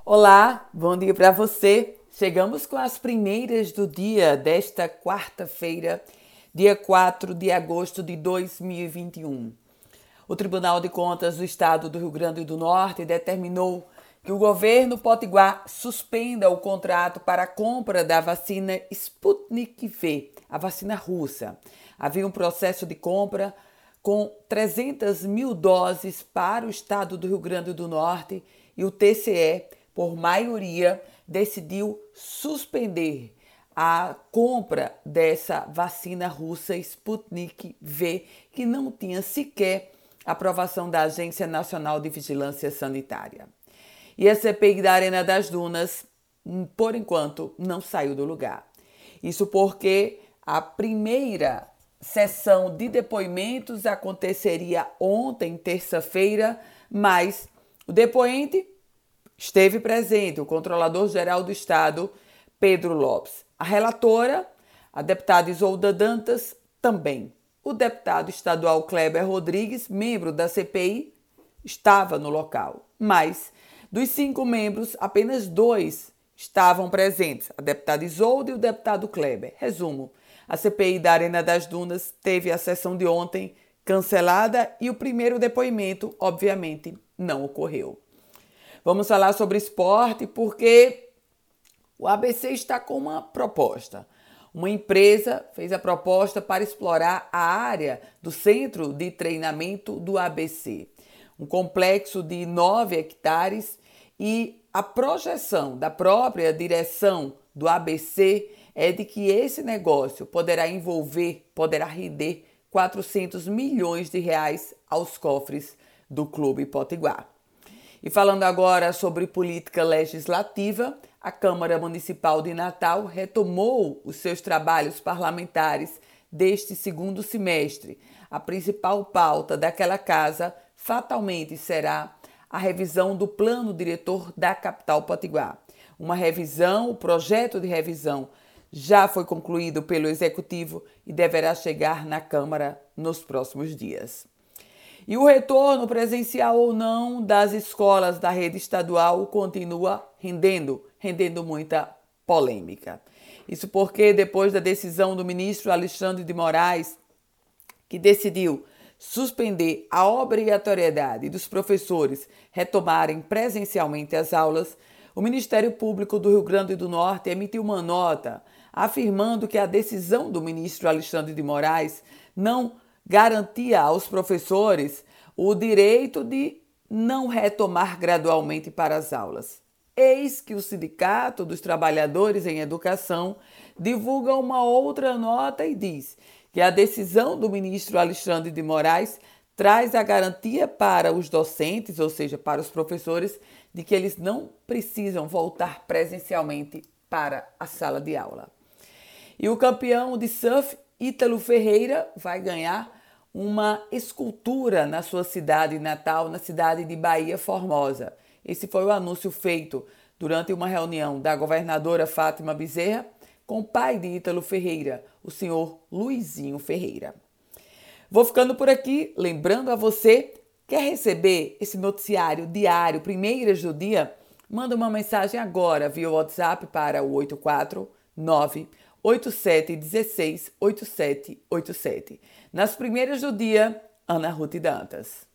Olá, bom dia para você. Chegamos com as primeiras do dia desta quarta-feira, dia 4 de agosto de 2021. O Tribunal de Contas do Estado do Rio Grande do Norte determinou que o governo potiguar suspenda o contrato para a compra da vacina Sputnik V, a vacina russa. Havia um processo de compra com 300 mil doses para o estado do Rio Grande do Norte e o TCE, por maioria, decidiu suspender a compra dessa vacina russa Sputnik V, que não tinha sequer aprovação da Agência Nacional de Vigilância Sanitária. E a CPI da Arena das Dunas, por enquanto, não saiu do lugar. Isso porque a primeira sessão de depoimentos aconteceria ontem, terça-feira, mas o depoente esteve presente, o Controlador-Geral do Estado, Pedro Lopes. A relatora, a deputada Isolda Dantas, também. O deputado estadual Kleber Rodrigues, membro da CPI, estava no local. Mas, dos 5 membros, apenas 2 estavam presentes, a deputada Isolda e o deputado Kleber. Resumo, a CPI da Arena das Dunas teve a sessão de ontem cancelada e o primeiro depoimento, obviamente, não ocorreu. Vamos falar sobre esporte porque o ABC está com uma proposta. Uma empresa fez a proposta para explorar a área do centro de treinamento do ABC. Um complexo de 9 hectares e a projeção da própria direção do ABC é de que esse negócio poderá render 400 milhões de reais aos cofres do Clube Potiguar. E falando agora sobre política legislativa, a Câmara Municipal de Natal retomou os seus trabalhos parlamentares deste segundo semestre. A principal pauta daquela casa fatalmente será a revisão do plano diretor da capital potiguar. O projeto de revisão já foi concluído pelo Executivo e deverá chegar na Câmara nos próximos dias. E o retorno presencial ou não das escolas da rede estadual continua rendendo muita polêmica. Isso porque depois da decisão do ministro Alexandre de Moraes, que decidiu suspender a obrigatoriedade dos professores retomarem presencialmente as aulas, o Ministério Público do Rio Grande do Norte emitiu uma nota afirmando que a decisão do ministro Alexandre de Moraes não garantia aos professores o direito de não retomar gradualmente para as aulas. Eis que o Sindicato dos Trabalhadores em Educação divulga uma outra nota e diz que a decisão do ministro Alexandre de Moraes traz a garantia para os docentes, ou seja, para os professores, de que eles não precisam voltar presencialmente para a sala de aula. E o campeão de surf, Ítalo Ferreira, vai ganhar uma escultura na sua cidade natal, na cidade de Bahia Formosa. Esse foi o anúncio feito durante uma reunião da governadora Fátima Bezerra com o pai de Ítalo Ferreira, o senhor Luizinho Ferreira. Vou ficando por aqui, lembrando a você, quer receber esse noticiário diário, primeiras do dia? Manda uma mensagem agora via WhatsApp para o 849-8716-8787. Nas primeiras do dia, Ana Ruth Dantas.